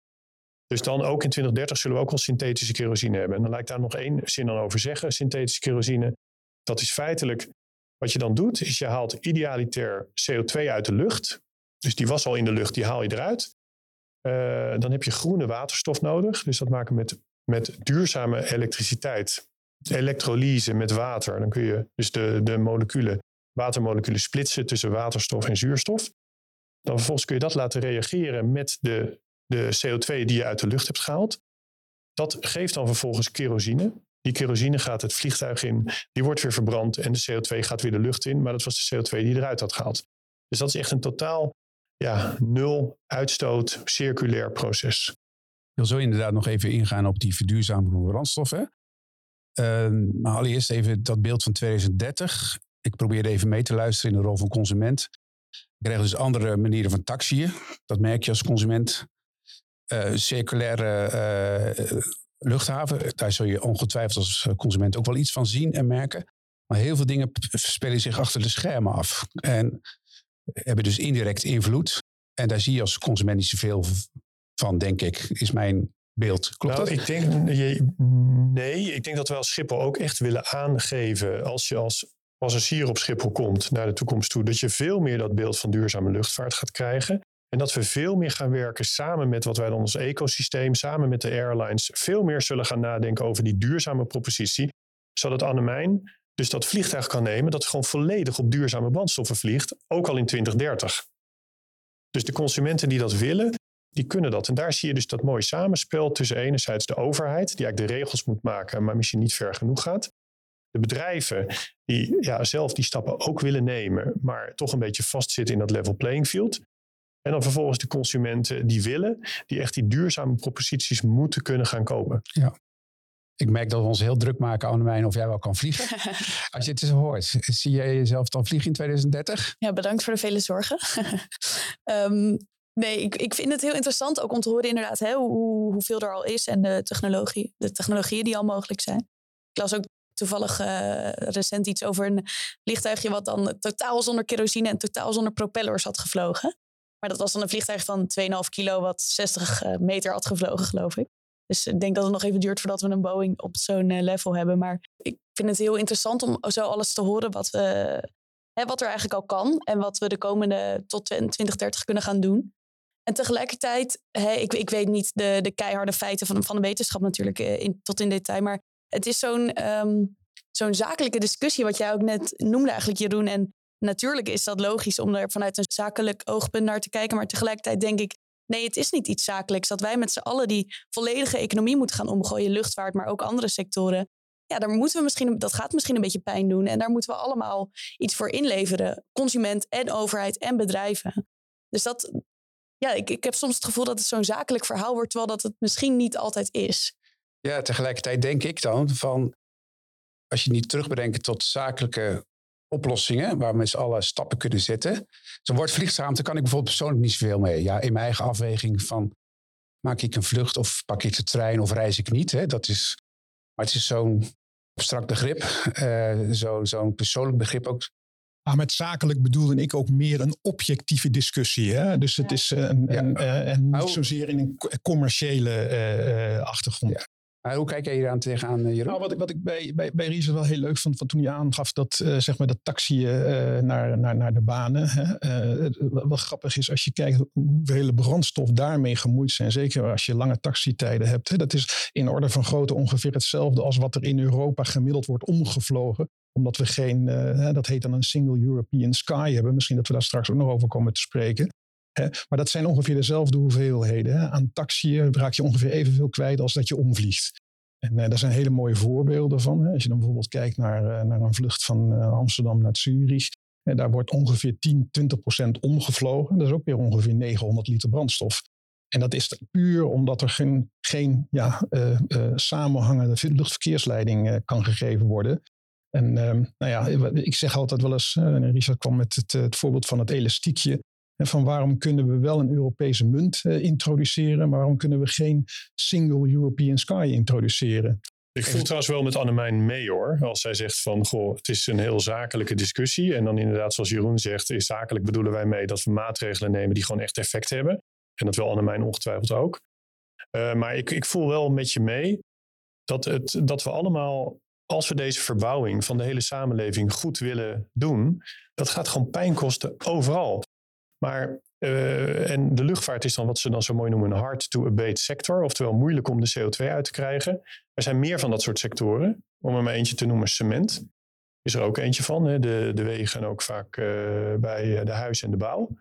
Dus dan ook in twintig dertig zullen we ook al synthetische kerosine hebben. En dan laat ik daar nog één zin aan over zeggen. Synthetische kerosine, dat is feitelijk wat je dan doet, is je haalt idealiter C O twee uit de lucht. Dus die was al in de lucht, die haal je eruit. Uh, dan heb je groene waterstof nodig. Dus dat maken we met, met duurzame elektriciteit. Elektrolyse met water. Dan kun je dus de, de moleculen, watermoleculen splitsen tussen waterstof en zuurstof. Dan vervolgens kun je dat laten reageren met de, de C O twee die je uit de lucht hebt gehaald. Dat geeft dan vervolgens kerosine. Die kerosine gaat het vliegtuig in, die wordt weer verbrand en de C O twee gaat weer de lucht in. Maar dat was de C O twee die je eruit had gehaald. Dus dat is echt een totaal ja, nul uitstoot, circulair proces. Ik wil zo inderdaad nog even ingaan op die verduurzaming van brandstoffen. Uh, maar allereerst even dat beeld van twintig dertig. Ik probeerde even mee te luisteren in de rol van consument. Ik krijg dus andere manieren van taxiën. Dat merk je als consument. Uh, circulaire uh, luchthaven. Daar zul je ongetwijfeld als consument ook wel iets van zien en merken. Maar heel veel dingen spelen zich achter de schermen af. En hebben dus indirect invloed. En daar zie je als consument niet zoveel van, denk ik, is mijn beeld. Klopt nou, dat? Ik denk, nee, ik denk dat we als Schiphol ook echt willen aangeven, als je als passagier op Schiphol komt naar de toekomst toe, dat je veel meer dat beeld van duurzame luchtvaart gaat krijgen. En dat we veel meer gaan werken samen met wat wij dan ons ecosysteem, samen met de airlines, veel meer zullen gaan nadenken over die duurzame propositie. Zodat Annemijn dus dat vliegtuig kan nemen dat gewoon volledig op duurzame brandstoffen vliegt, ook al in twintig dertig. Dus de consumenten die dat willen, die kunnen dat. En daar zie je dus dat mooie samenspel tussen enerzijds de overheid, die eigenlijk de regels moet maken, maar misschien niet ver genoeg gaat. De bedrijven die ja, zelf die stappen ook willen nemen, maar toch een beetje vastzitten in dat level playing field. En dan vervolgens de consumenten die willen, die echt die duurzame proposities moeten kunnen gaan kopen. Ja. Ik merk dat we ons heel druk maken, Annemijn, of jij wel kan vliegen. Als je het eens hoort, zie jij jezelf dan vliegen in twintig dertig? Ja, bedankt voor de vele zorgen. um, nee, ik, ik vind het heel interessant ook om te horen inderdaad hè, hoe, hoeveel er al is en de, technologie, de technologieën die al mogelijk zijn. Ik las ook toevallig uh, recent iets over een vliegtuigje wat dan totaal zonder kerosine en totaal zonder propellers had gevlogen. Maar dat was dan een vliegtuig van twee komma vijf kilo wat zestig meter had gevlogen, geloof ik. Dus ik denk dat het nog even duurt voordat we een Boeing op zo'n uh, level hebben. Maar ik vind het heel interessant om zo alles te horen wat, we, hè, wat er eigenlijk al kan. En wat we de komende tot twintig dertig kunnen gaan doen. En tegelijkertijd, hè, ik, ik weet niet de, de keiharde feiten van, van de wetenschap natuurlijk in, tot in detail. Maar het is zo'n, um, zo'n zakelijke discussie wat jij ook net noemde eigenlijk, Jeroen. En natuurlijk is dat logisch om er vanuit een zakelijk oogpunt naar te kijken. Maar tegelijkertijd denk ik, nee, het is niet iets zakelijks. Dat wij met z'n allen die volledige economie moeten gaan omgooien. Luchtvaart, maar ook andere sectoren. Ja, daar moeten we misschien, dat gaat misschien een beetje pijn doen. En daar moeten we allemaal iets voor inleveren. Consument en overheid en bedrijven. Dus dat, ja, ik, ik heb soms het gevoel dat het zo'n zakelijk verhaal wordt. Terwijl dat het misschien niet altijd is. Ja, tegelijkertijd denk ik dan van, als je niet terugbrengt tot zakelijke oplossingen, waar we met z'n allen stappen kunnen zetten. Zo'n woordvliegtuig, kan ik bijvoorbeeld persoonlijk niet zoveel mee. Ja, in mijn eigen afweging van, maak ik een vlucht of pak ik de trein of reis ik niet. Hè? Dat is, maar het is zo'n abstract begrip, uh, zo, zo'n persoonlijk begrip ook. Maar met zakelijk bedoelde ik ook meer een objectieve discussie. Hè? Dus het ja. is een, ja. een, uh, en niet zozeer in een commerciële uh, uh, achtergrond. Ja. Maar hoe kijk jij hier aan tegenaan, Jeroen? Nou, wat ik, wat ik bij, bij, bij Riese wel heel leuk vond, van toen hij aangaf dat, uh, zeg maar dat taxiën uh, naar, naar, naar de banen. Hè? Uh, wat grappig is, als je kijkt hoeveel brandstof daarmee gemoeid zijn. Zeker als je lange taxitijden hebt. Hè? Dat is in orde van grootte ongeveer hetzelfde als wat er in Europa gemiddeld wordt omgevlogen. Omdat we geen, uh, dat heet dan een single European sky hebben. Misschien dat we daar straks ook nog over komen te spreken. Hè? Maar dat zijn ongeveer dezelfde hoeveelheden. Hè? Aan taxiën raak je ongeveer evenveel kwijt als dat je omvliegt. En uh, daar zijn hele mooie voorbeelden van. Hè? Als je dan bijvoorbeeld kijkt naar, uh, naar een vlucht van uh, Amsterdam naar Zurich. Uh, daar wordt ongeveer tien, twintig procent omgevlogen. Dat is ook weer ongeveer negenhonderd liter brandstof. En dat is puur omdat er geen, geen ja, uh, uh, samenhangende luchtverkeersleiding uh, kan gegeven worden. En uh, nou ja, ik zeg altijd wel eens, uh, Richard kwam met het, het voorbeeld van het elastiekje. En van waarom kunnen we wel een Europese munt uh, introduceren, maar waarom kunnen we geen single European sky introduceren? Ik voel trouwens wel met Annemijn mee hoor. Als zij zegt van, goh, het is een heel zakelijke discussie. En dan inderdaad, zoals Jeroen zegt, is zakelijk bedoelen wij mee dat we maatregelen nemen die gewoon echt effect hebben. En dat wil Annemijn ongetwijfeld ook. Uh, maar ik, ik voel wel met je mee dat, het, dat we allemaal, als we deze verbouwing van de hele samenleving goed willen doen, dat gaat gewoon pijn kosten overal. Maar, uh, en de luchtvaart is dan wat ze dan zo mooi noemen een hard-to-abate sector. Oftewel moeilijk om de C O twee uit te krijgen. Er zijn meer van dat soort sectoren. Om er maar eentje te noemen, cement. Is er ook eentje van. Hè? De, de wegen ook vaak uh, bij de huis en de bouw.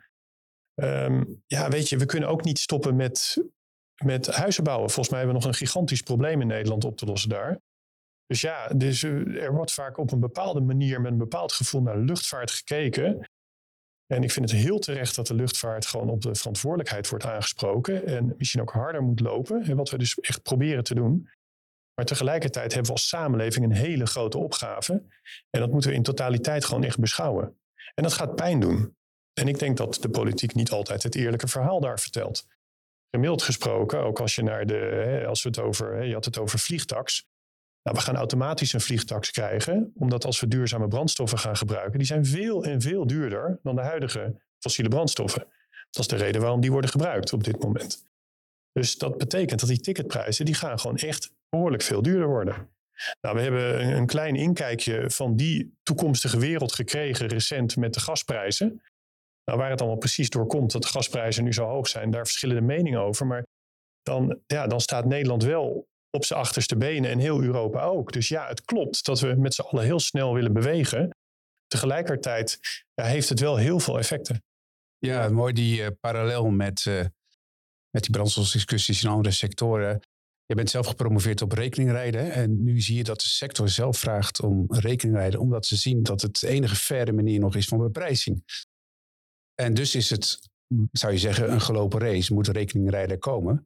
Um, ja, weet je, we kunnen ook niet stoppen met, met huizen bouwen. Volgens mij hebben we nog een gigantisch probleem in Nederland op te lossen daar. Dus ja, dus, uh, er wordt vaak op een bepaalde manier met een bepaald gevoel naar luchtvaart gekeken. En ik vind het heel terecht dat de luchtvaart gewoon op de verantwoordelijkheid wordt aangesproken. En misschien ook harder moet lopen. En wat we dus echt proberen te doen. Maar tegelijkertijd hebben we als samenleving een hele grote opgave. En dat moeten we in totaliteit gewoon echt beschouwen. En dat gaat pijn doen. En ik denk dat de politiek niet altijd het eerlijke verhaal daar vertelt. Gemiddeld gesproken, ook als je naar de, als we het over, je had het over vliegtax. Nou, we gaan automatisch een vliegtax krijgen, omdat als we duurzame brandstoffen gaan gebruiken, die zijn veel en veel duurder dan de huidige fossiele brandstoffen. Dat is de reden waarom die worden gebruikt op dit moment. Dus dat betekent dat die ticketprijzen, die gaan gewoon echt behoorlijk veel duurder worden. Nou, we hebben een, een klein inkijkje van die toekomstige wereld gekregen recent met de gasprijzen. Nou, waar het allemaal precies door komt dat de gasprijzen nu zo hoog zijn, daar verschillen de meningen over. Maar dan, ja, dan staat Nederland wel op zijn achterste benen en heel Europa ook. Dus ja, het klopt dat we met z'n allen heel snel willen bewegen. Tegelijkertijd ja, heeft het wel heel veel effecten. Ja, mooi die uh, parallel met, uh, met die brandstofdiscussies in andere sectoren. Je bent zelf gepromoveerd op rekeningrijden. Hè? En nu zie je dat de sector zelf vraagt om rekeningrijden, omdat ze zien dat het de enige faire manier nog is van beprijzing. En dus is het zou je zeggen, een gelopen race. Moet rekeningrijder komen.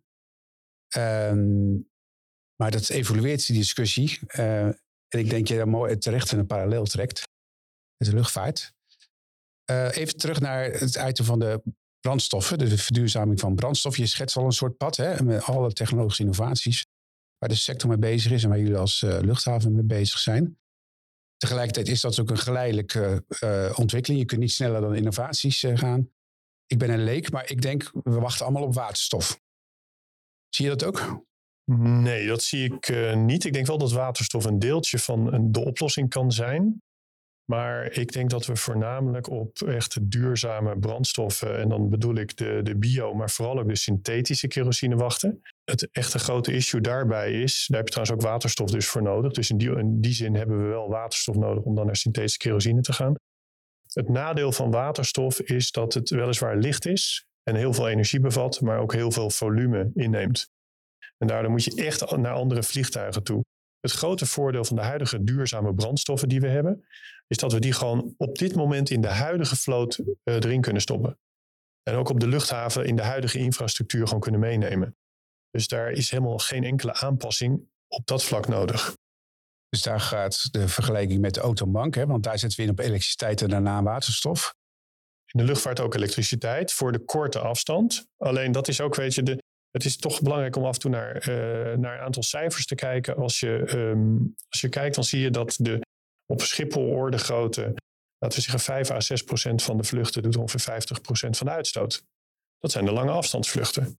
Um, maar dat evolueert die discussie. Uh, en ik denk dat je daar mooi terecht in een parallel trekt. Met de luchtvaart. Uh, even terug naar het item van de brandstoffen. De verduurzaming van brandstof. Je schetst al een soort pad. Hè, met alle technologische innovaties. Waar de sector mee bezig is. En waar jullie als uh, luchthaven mee bezig zijn. Tegelijkertijd is dat ook een geleidelijke uh, ontwikkeling. Je kunt niet sneller dan innovaties uh, gaan. Ik ben een leek, maar ik denk, we wachten allemaal op waterstof. Zie je dat ook? Nee, dat zie ik uh, niet. Ik denk wel dat waterstof een deeltje van een, de oplossing kan zijn. Maar ik denk dat we voornamelijk op echt duurzame brandstoffen, en dan bedoel ik de, de bio, maar vooral ook de synthetische kerosine wachten. Het echte grote issue daarbij is, daar heb je trouwens ook waterstof dus voor nodig. Dus in die, in die zin hebben we wel waterstof nodig om dan naar synthetische kerosine te gaan. Het nadeel van waterstof is dat het weliswaar licht is en heel veel energie bevat, maar ook heel veel volume inneemt. En daardoor moet je echt naar andere vliegtuigen toe. Het grote voordeel van de huidige duurzame brandstoffen die we hebben, is dat we die gewoon op dit moment in de huidige vloot uh, erin kunnen stoppen. En ook op de luchthaven in de huidige infrastructuur gewoon kunnen meenemen. Dus daar is helemaal geen enkele aanpassing op dat vlak nodig. Dus daar gaat de vergelijking met de autobank, hè? Want daar zetten we in op elektriciteit en daarna waterstof. In de luchtvaart ook elektriciteit voor de korte afstand. Alleen dat is ook, weet je, de, het is toch belangrijk om af en toe naar, uh, naar een aantal cijfers te kijken. Als je, um, als je kijkt, dan zie je dat de op Schiphol orde grootte, laten we zeggen vijf à zes procent van de vluchten doet ongeveer vijftig procent van de uitstoot. Dat zijn de lange afstandsvluchten.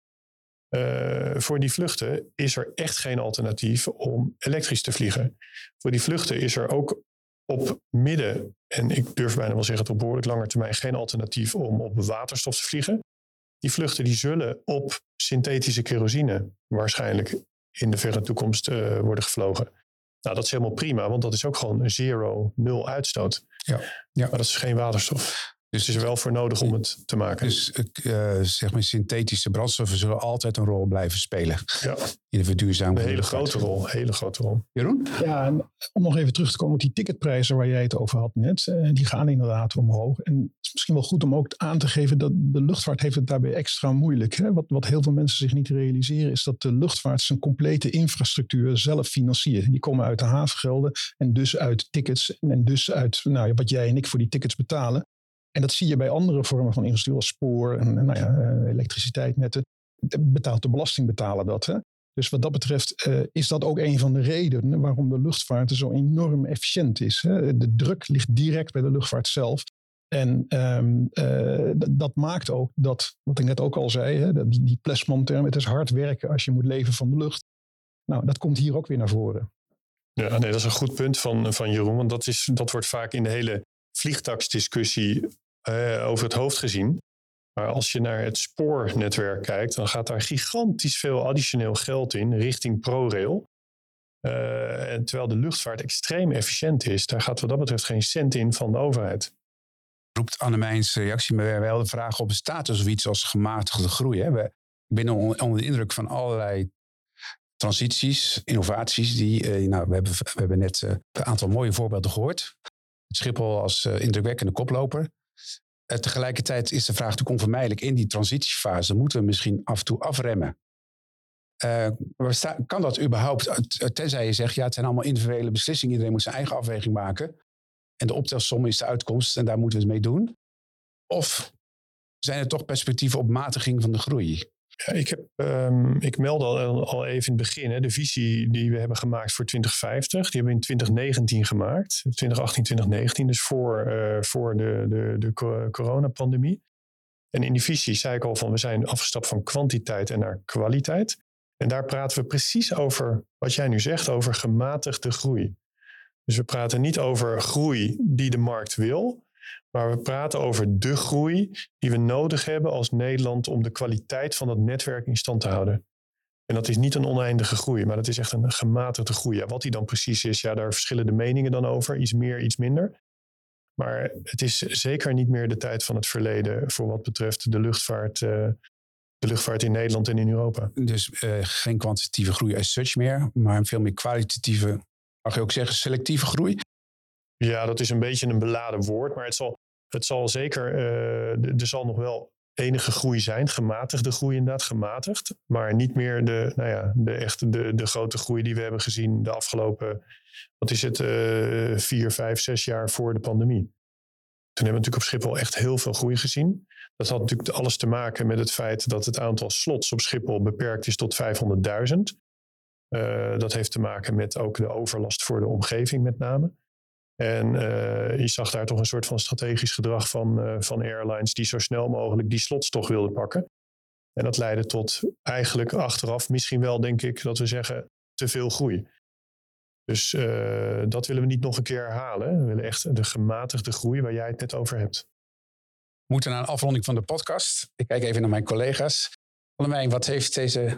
Uh, voor die vluchten is er echt geen alternatief om elektrisch te vliegen. Voor die vluchten is er ook op midden, en ik durf bijna wel zeggen op behoorlijk lange termijn, geen alternatief om op waterstof te vliegen. Die vluchten die zullen op synthetische kerosine waarschijnlijk in de verre toekomst uh, worden gevlogen. Nou, dat is helemaal prima, want dat is ook gewoon een zero, nul uitstoot. Ja, ja. Maar dat is geen waterstof. Dus het is er wel voor nodig om het te maken. Dus uh, zeg maar synthetische brandstoffen zullen altijd een rol blijven spelen. Ja. In de verduurzaming. Een hele grote rol, hele grote rol. Jeroen? Ja, en om nog even terug te komen op die ticketprijzen waar jij het over had net. Uh, die gaan inderdaad omhoog. En het is misschien wel goed om ook aan te geven dat de luchtvaart heeft het daarbij extra moeilijk. Hè? Wat, wat heel veel mensen zich niet realiseren is dat de luchtvaart zijn complete infrastructuur zelf financiert. Die komen uit de havengelden en dus uit tickets. En dus uit nou, wat jij en ik voor die tickets betalen. En dat zie je bij andere vormen van infrastructuur als spoor en nou ja, elektriciteitsnetten. Betaalt de belastingbetaler dat. Hè? Dus wat dat betreft uh, is dat ook een van de redenen waarom de luchtvaart zo enorm efficiënt is. Hè? De druk ligt direct bij de luchtvaart zelf. En um, uh, d- dat maakt ook dat, wat ik net ook al zei, hè, die, die Plessman-term, het is hard werken als je moet leven van de lucht. Nou, dat komt hier ook weer naar voren. Ja, nee, dat is een goed punt van, van Jeroen, want dat, is, dat wordt vaak in de hele vliegtaksdiscussie uh, over het hoofd gezien. Maar als je naar het spoornetwerk kijkt, dan gaat daar gigantisch veel additioneel geld in richting ProRail. Uh, en terwijl de luchtvaart extreem efficiënt is, daar gaat wat dat betreft geen cent in van de overheid. Roept Annemijns reactie me wel de vraag op, bestaat er zoiets als gematigde groei? Hè? We, ik ben onder de indruk van allerlei transities, innovaties. Die, uh, nou, we, hebben, we hebben net uh, een aantal mooie voorbeelden gehoord. Schiphol als uh, indrukwekkende koploper. Uh, tegelijkertijd is de vraag natuurlijk onvermijdelijk in die transitiefase. Moeten we misschien af en toe afremmen? Uh, sta- kan dat überhaupt? Tenzij je zegt, ja, het zijn allemaal individuele beslissingen. Iedereen moet zijn eigen afweging maken. En de optelsom is de uitkomst en daar moeten we het mee doen. Of zijn er toch perspectieven op matiging van de groei? Ja, ik, heb, um, ik meldde al, al even in het begin, hè, de visie die we hebben gemaakt voor twintig vijftig. Die hebben we in twintig negentien gemaakt. twintig achttien, twintig negentien, dus voor, uh, voor de, de, de coronapandemie. En in die visie zei ik al van, we zijn afgestapt van kwantiteit en naar kwaliteit. En daar praten we precies over wat jij nu zegt, over gematigde groei. Dus we praten niet over groei die de markt wil, maar we praten over de groei die we nodig hebben als Nederland om de kwaliteit van dat netwerk in stand te houden. En dat is niet een oneindige groei, maar dat is echt een gematigde groei. Ja, wat die dan precies is, ja, daar verschillen de meningen dan over. Iets meer, iets minder. Maar het is zeker niet meer de tijd van het verleden voor wat betreft de luchtvaart, uh, de luchtvaart in Nederland en in Europa. Dus uh, geen kwantitatieve groei as such meer, maar een veel meer kwalitatieve, mag je ook zeggen, selectieve groei? Ja, dat is een beetje een beladen woord, maar het zal, het zal zeker, uh, er zal nog wel enige groei zijn. Gematigde groei inderdaad, gematigd. Maar niet meer de, nou ja, de, echt de, de grote groei die we hebben gezien de afgelopen, wat is het, uh, vier, vijf, zes jaar voor de pandemie. Toen hebben we natuurlijk op Schiphol echt heel veel groei gezien. Dat had natuurlijk alles te maken met het feit dat het aantal slots op Schiphol beperkt is tot vijfhonderdduizend. Uh, dat heeft te maken met ook de overlast voor de omgeving met name. En uh, je zag daar toch een soort van strategisch gedrag van, uh, van airlines die zo snel mogelijk die slots toch wilden pakken. En dat leidde tot eigenlijk achteraf misschien wel, denk ik, dat we zeggen, te veel groei. Dus uh, dat willen we niet nog een keer herhalen. We willen echt de gematigde groei waar jij het net over hebt. We moeten naar een afronding van de podcast. Ik kijk even naar mijn collega's. Willemijn, wat heeft deze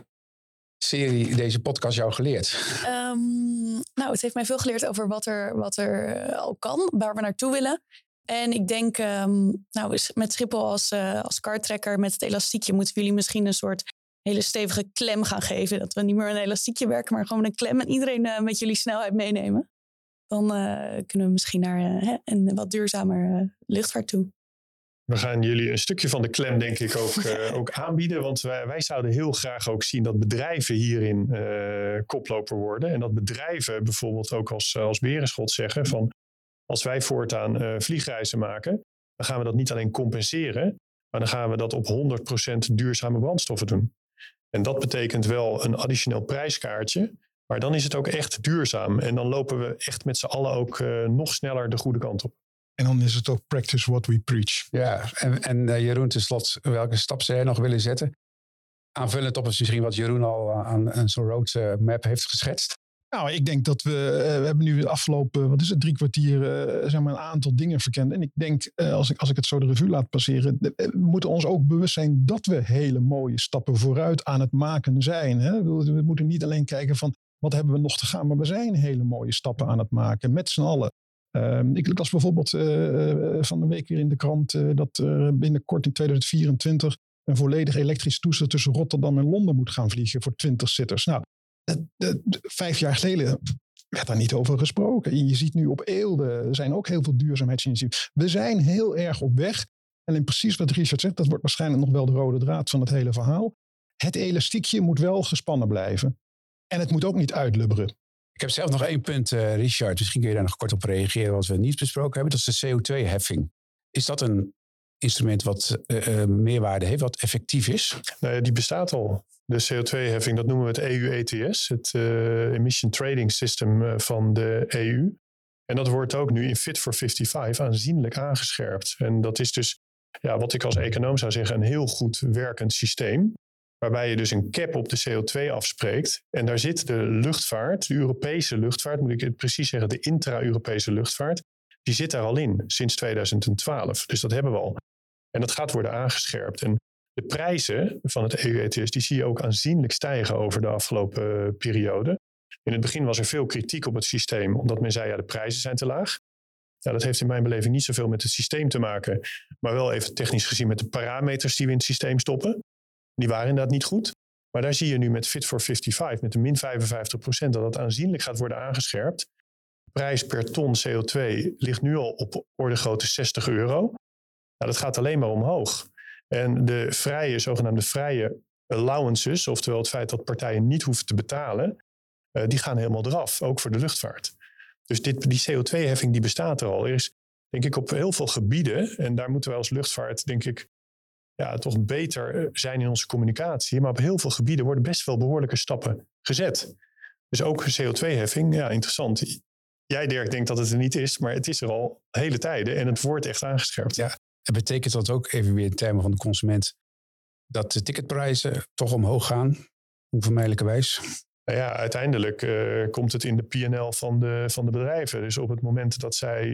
serie, deze podcast jou geleerd? Um, nou, het heeft mij veel geleerd over wat er, wat er al kan, waar we naartoe willen. En ik denk, um, nou, met Schiphol als, uh, als kartrekker, met het elastiekje, moeten jullie misschien een soort hele stevige klem gaan geven. Dat we niet meer een elastiekje werken, maar gewoon een klem en iedereen uh, met jullie snelheid meenemen. Dan uh, kunnen we misschien naar uh, een wat duurzamer uh, luchtvaart toe. We gaan jullie een stukje van de klem denk ik ook, uh, ook aanbieden. Want wij, wij zouden heel graag ook zien dat bedrijven hierin uh, koploper worden. En dat bedrijven bijvoorbeeld ook als, als Berenschot zeggen van als wij voortaan uh, vliegreizen maken, dan gaan we dat niet alleen compenseren, maar dan gaan we dat op honderd procent duurzame brandstoffen doen. En dat betekent wel een additioneel prijskaartje. Maar dan is het ook echt duurzaam. En dan lopen we echt met z'n allen ook uh, nog sneller de goede kant op. En dan is het ook practice what we preach. Ja, en, en uh, Jeroen, ten slot, welke stap zou jij nog willen zetten? Aanvullend op misschien wat Jeroen al aan, aan zo'n roadmap heeft geschetst. Nou, ik denk dat we, uh, we hebben nu de afgelopen, wat is het, drie kwartier, uh, zeg maar een aantal dingen verkend. En ik denk, uh, als, ik, als ik het zo de revue laat passeren, we moeten ons ook bewust zijn dat we hele mooie stappen vooruit aan het maken zijn. Hè? We, we moeten niet alleen kijken van, wat hebben we nog te gaan, maar we zijn hele mooie stappen aan het maken, met z'n allen. Uh, ik las bijvoorbeeld uh, van de week weer in de krant uh, dat uh, binnenkort in tweeduizend vierentwintig een volledig elektrisch toestel tussen Rotterdam en Londen moet gaan vliegen voor twintig zitters. Nou, uh, uh, vijf jaar geleden werd daar niet over gesproken. Je ziet nu op Eelde, er zijn ook heel veel duurzaamheidsinitiatieven. We zijn heel erg op weg. En precies wat Richard zegt, dat wordt waarschijnlijk nog wel de rode draad van het hele verhaal. Het elastiekje moet wel gespannen blijven. En het moet ook niet uitlubberen. Ik heb zelf nog één punt, uh, Richard. Misschien kun je daar nog kort op reageren wat we niet besproken hebben. Dat is de C O twee heffing. Is dat een instrument wat uh, uh, meerwaarde heeft, wat effectief is? Nou, die bestaat al. De C O twee heffing, dat noemen we het E U E T S. Het uh, Emission Trading System van de E U. En dat wordt ook nu in Fit for vijfenvijftig aanzienlijk aangescherpt. En dat is dus, ja, wat ik als econoom zou zeggen, een heel goed werkend systeem. Waarbij je dus een cap op de C O twee afspreekt. En daar zit de luchtvaart, de Europese luchtvaart, moet ik het precies zeggen, de intra-Europese luchtvaart, die zit daar al in sinds tweeduizend twaalf. Dus dat hebben we al. En dat gaat worden aangescherpt. En de prijzen van het E U E T S, die zie je ook aanzienlijk stijgen over de afgelopen periode. In het begin was er veel kritiek op het systeem, omdat men zei, ja, de prijzen zijn te laag. Nou, dat heeft in mijn beleving niet zoveel met het systeem te maken, maar wel even technisch gezien met de parameters die we in het systeem stoppen. Die waren inderdaad niet goed. Maar daar zie je nu met Fit for vijfenvijftig, met de min vijfenvijftig procent, dat het aanzienlijk gaat worden aangescherpt. De prijs per ton C O twee ligt nu al op orde grootte zestig euro. Nou, dat gaat alleen maar omhoog. En de vrije, zogenaamde vrije allowances, oftewel het feit dat partijen niet hoeven te betalen, uh, die gaan helemaal eraf, ook voor de luchtvaart. Dus dit, die C O twee heffing die bestaat er al. Er is, denk ik, op heel veel gebieden, en daar moeten wij als luchtvaart, denk ik, ja, toch beter zijn in onze communicatie. Maar op heel veel gebieden worden best wel behoorlijke stappen gezet. Dus ook een C O twee heffing, ja, interessant. Jij, Dirk, denkt dat het er niet is, maar het is er al hele tijden en het wordt echt aangescherpt. Ja, en betekent dat ook even weer in termen van de consument dat de ticketprijzen toch omhoog gaan, onvermijdelijkerwijs? Nou ja, uiteindelijk uh, komt het in de P en L van de, van de bedrijven. Dus op het moment dat zij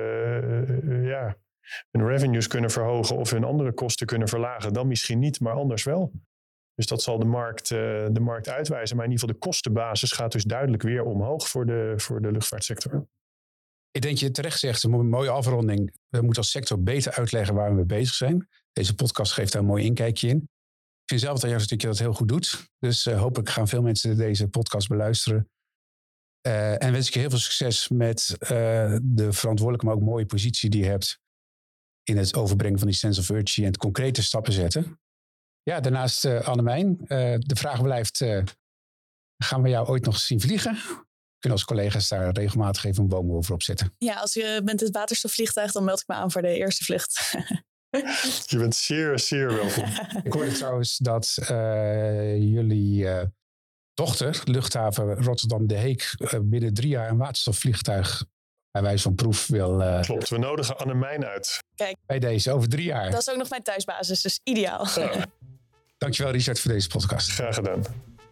uh, uh, ja, hun revenues kunnen verhogen of hun andere kosten kunnen verlagen, dan misschien niet, maar anders wel. Dus dat zal de markt, uh, de markt uitwijzen. Maar in ieder geval de kostenbasis gaat dus duidelijk weer omhoog voor de, voor de luchtvaartsector. Ik denk je terecht zegt, een mooie afronding. We moeten als sector beter uitleggen waar we mee bezig zijn. Deze podcast geeft daar een mooi inkijkje in. Ik vind zelf dat jouw stukje dat heel goed doet. Dus uh, hopelijk gaan veel mensen deze podcast beluisteren. Uh, en wens ik je heel veel succes met uh, de verantwoordelijke, maar ook mooie positie die je hebt in het overbrengen van die sense of urgency en het concrete stappen zetten. Ja, daarnaast uh, Annemijn. Uh, de vraag blijft, uh, gaan we jou ooit nog zien vliegen? Kunnen als collega's daar regelmatig even een boom over opzetten? Ja, als je bent het waterstofvliegtuig, dan meld ik me aan voor de eerste vlucht. Je bent zeer, zeer welkom. Ik hoorde trouwens dat uh, jullie uh, dochter, luchthaven Rotterdam De Heek, uh, binnen drie jaar een waterstofvliegtuig bij wijze van proef wil... Uh, Klopt, we nodigen Annemijn uit. Kijk, bij deze, over drie jaar. Dat is ook nog mijn thuisbasis, dus ideaal. Ja. Dankjewel Richard voor deze podcast. Graag gedaan.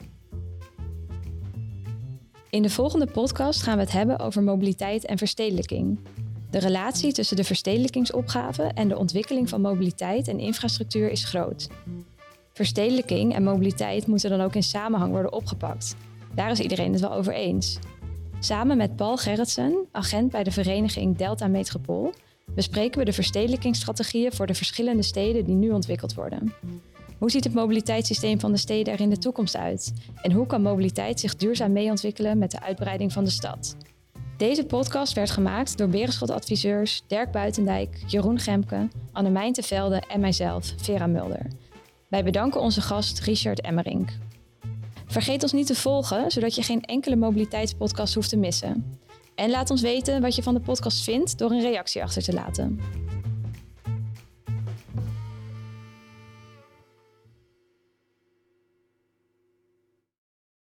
In de volgende podcast gaan we het hebben over mobiliteit en verstedelijking. De relatie tussen de verstedelijkingsopgave en de ontwikkeling van mobiliteit en infrastructuur is groot. Verstedelijking en mobiliteit moeten dan ook in samenhang worden opgepakt. Daar is iedereen het wel over eens. Samen met Paul Gerritsen, agent bij de vereniging Delta Metropool, bespreken we de verstedelijkingsstrategieën voor de verschillende steden die nu ontwikkeld worden. Hoe ziet het mobiliteitssysteem van de steden er in de toekomst uit? En hoe kan mobiliteit zich duurzaam meeontwikkelen met de uitbreiding van de stad? Deze podcast werd gemaakt door Berenschot-adviseurs Dirk Buitendijk, Jeroen Gemke, Annemijn te Velde en mijzelf, Vera Mulder. Wij bedanken onze gast Richard Emmerink. Vergeet ons niet te volgen, zodat je geen enkele mobiliteitspodcast hoeft te missen. En laat ons weten wat je van de podcast vindt door een reactie achter te laten.